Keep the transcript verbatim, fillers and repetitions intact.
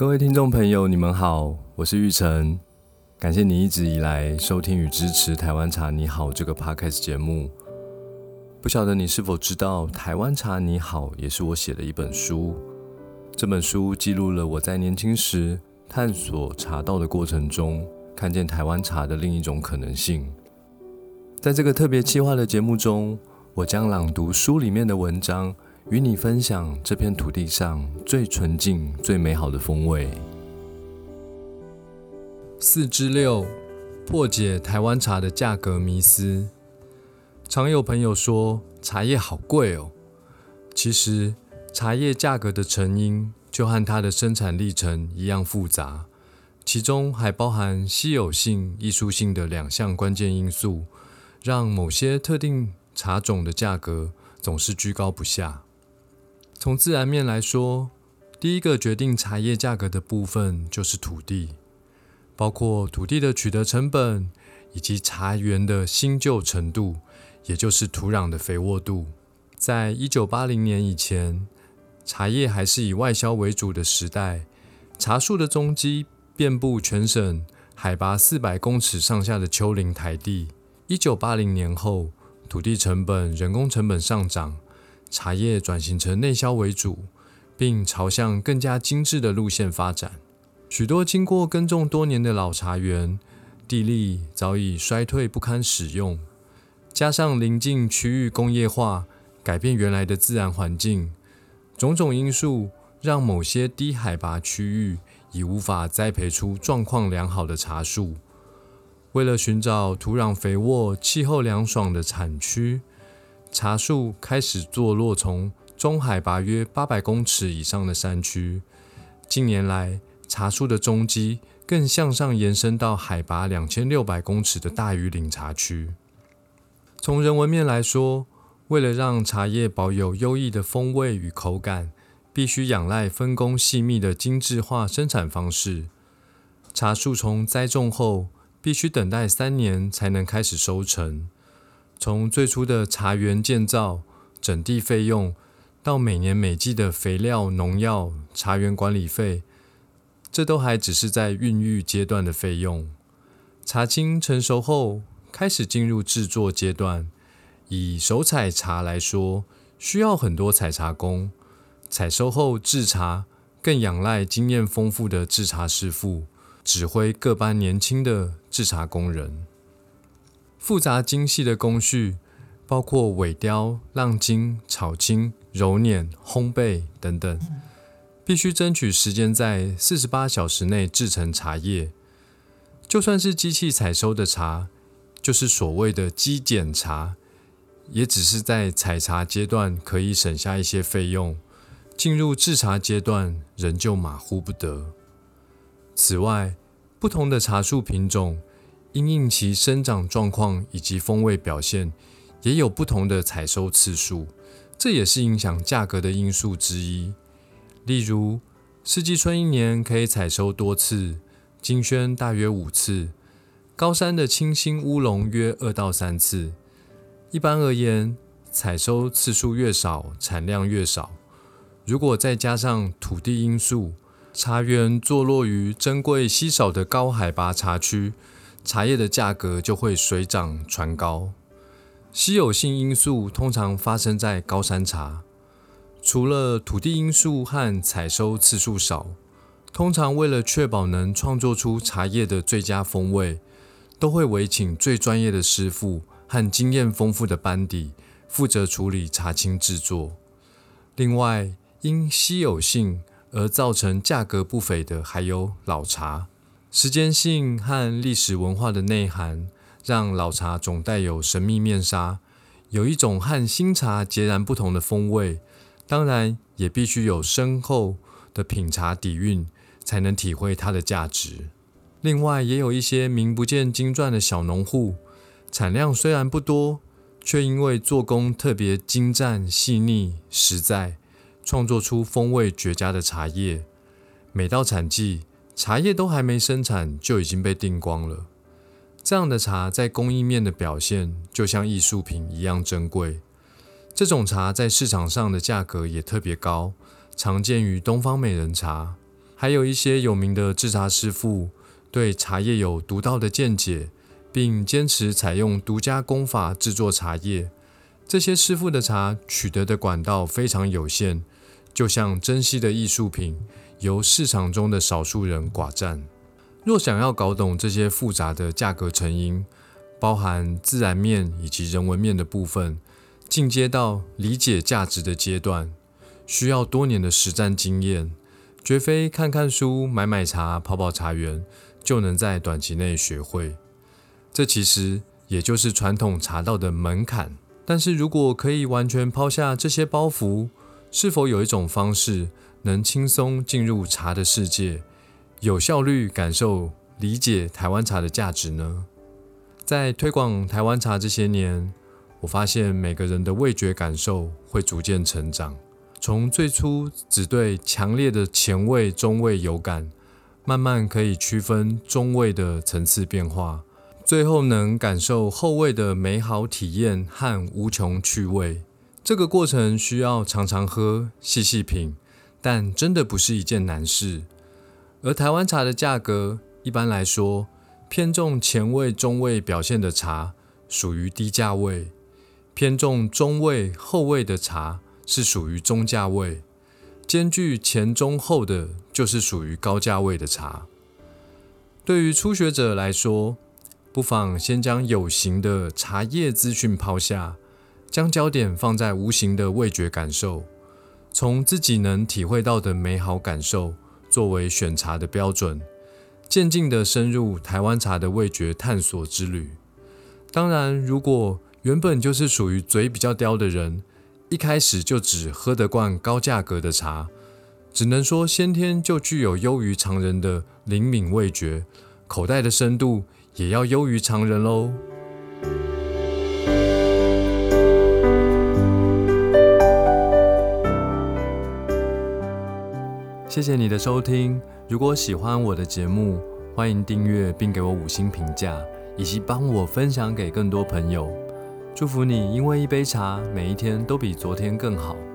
各位听众朋友，你们好，我是玉成，感谢你一直以来收听与支持台湾茶你好这个 Podcast 节目。不晓得你是否知道，台湾茶你好也是我写的一本书。这本书记录了我在年轻时探索茶道的过程中，看见台湾茶的另一种可能性。在这个特别企划的节目中，我将朗读书里面的文章，与你分享这片土地上最纯净、最美好的风味。四之六，破解台湾茶的价格迷思。常有朋友说茶叶好贵哦，其实茶叶价格的成因就和它的生产历程一样复杂，其中还包含稀有性、艺术性的两项关键因素，让某些特定茶种的价格总是居高不下。从自然面来说，第一个决定茶叶价格的部分就是土地，包括土地的取得成本，以及茶园的新旧程度，也就是土壤的肥沃度。在一九八零年以前，茶叶还是以外销为主的时代，茶树的踪迹遍布全省海拔四百公尺上下的丘陵台地。一九八零年后，土地成本、人工成本上涨，茶叶转型成内销为主，并朝向更加精致的路线发展。许多经过耕种多年的老茶园，地力早已衰退不堪使用，加上邻近区域工业化，改变原来的自然环境，种种因素让某些低海拔区域已无法栽培出状况良好的茶树。为了寻找土壤肥沃、气候凉爽的产区，茶树开始坐落从中海拔约八百公尺以上的山区。近年来，茶树的踪迹更向上延伸到海拔两千六百公尺的大屿岭茶区。从人文面来说，为了让茶叶保有优异的风味与口感，必须仰赖分工细密的精致化生产方式。茶树从栽种后，必须等待三年才能开始收成。从最初的茶园建造、整地费用，到每年每季的肥料、农药、茶园管理费，这都还只是在孕育阶段的费用。茶青成熟后，开始进入制作阶段。以手采茶来说，需要很多采茶工；采收后制茶，更仰赖经验丰富的制茶师傅，指挥各班年轻的制茶工人。复杂精细的工序，包括萎雕、浪筋、炒青、揉捻、烘焙等等，必须争取时间在四十八小时内制成茶叶。就算是机器采收的茶，就是所谓的机剪茶，也只是在采茶阶段可以省下一些费用，进入制茶阶段仍旧马虎不得。此外，不同的茶树品种因应其生长状况以及风味表现，也有不同的采收次数，这也是影响价格的因素之一。例如，四季春一年可以采收多次，金萱大约五次，高山的清新乌龙约二到三次。一般而言，采收次数越少，产量越少。如果再加上土地因素，茶园坐落于珍贵稀少的高海拔茶区，茶叶的价格就会水涨船高。稀有性因素通常发生在高山茶，除了土地因素和采收次数少，通常为了确保能创作出茶叶的最佳风味，都会委请最专业的师傅和经验丰富的班底负责处理茶青制作。另外，因稀有性而造成价格不菲的还有老茶。时间性和历史文化的内涵，让老茶总带有神秘面纱，有一种和新茶截然不同的风味。当然，也必须有深厚的品茶底蕴，才能体会它的价值。另外，也有一些名不见经传的小农户，产量虽然不多，却因为做工特别精湛、细腻、实在，创作出风味绝佳的茶叶。每到产季，茶叶都还没生产就已经被订光了。这样的茶在工艺面的表现就像艺术品一样珍贵。这种茶在市场上的价格也特别高，常见于东方美人茶， 还有一些有名的制茶师傅对茶叶有独到的见解，并坚持采用独家工法制作茶叶。这些师傅的茶取得的管道非常有限，就像珍稀的艺术品，由市场中的少数人寡占。若想要搞懂这些复杂的价格成因，包含自然面以及人文面的部分，进阶到理解价值的阶段，需要多年的实战经验，绝非看看书、买买茶、跑跑茶园就能在短期内学会。这其实也就是传统茶道的门槛。但是如果可以完全抛下这些包袱，是否有一种方式能轻松进入茶的世界，有效率感受、理解台湾茶的价值呢？在推广台湾茶这些年，我发现每个人的味觉感受会逐渐成长，从最初只对强烈的前味、中味有感，慢慢可以区分中味的层次变化，最后能感受后味的美好体验和无穷趣味。这个过程需要常常喝、细细品，但真的不是一件难事。而台湾茶的价格，一般来说，偏重前味、中味表现的茶属于低价位，偏重中味、后味的茶是属于中价位，兼具前中后的就是属于高价位的茶。对于初学者来说，不妨先将有形的茶叶资讯抛下，将焦点放在无形的味觉感受，从自己能体会到的美好感受作为选茶的标准，渐进地深入台湾茶的味觉探索之旅。当然，如果原本就是属于嘴比较刁的人，一开始就只喝得惯高价格的茶，只能说先天就具有优于常人的灵敏味觉，口袋的深度也要优于常人咯。谢谢你的收听，如果喜欢我的节目，欢迎订阅并给我五星评价，以及帮我分享给更多朋友。祝福你因为一杯茶，每一天都比昨天更好。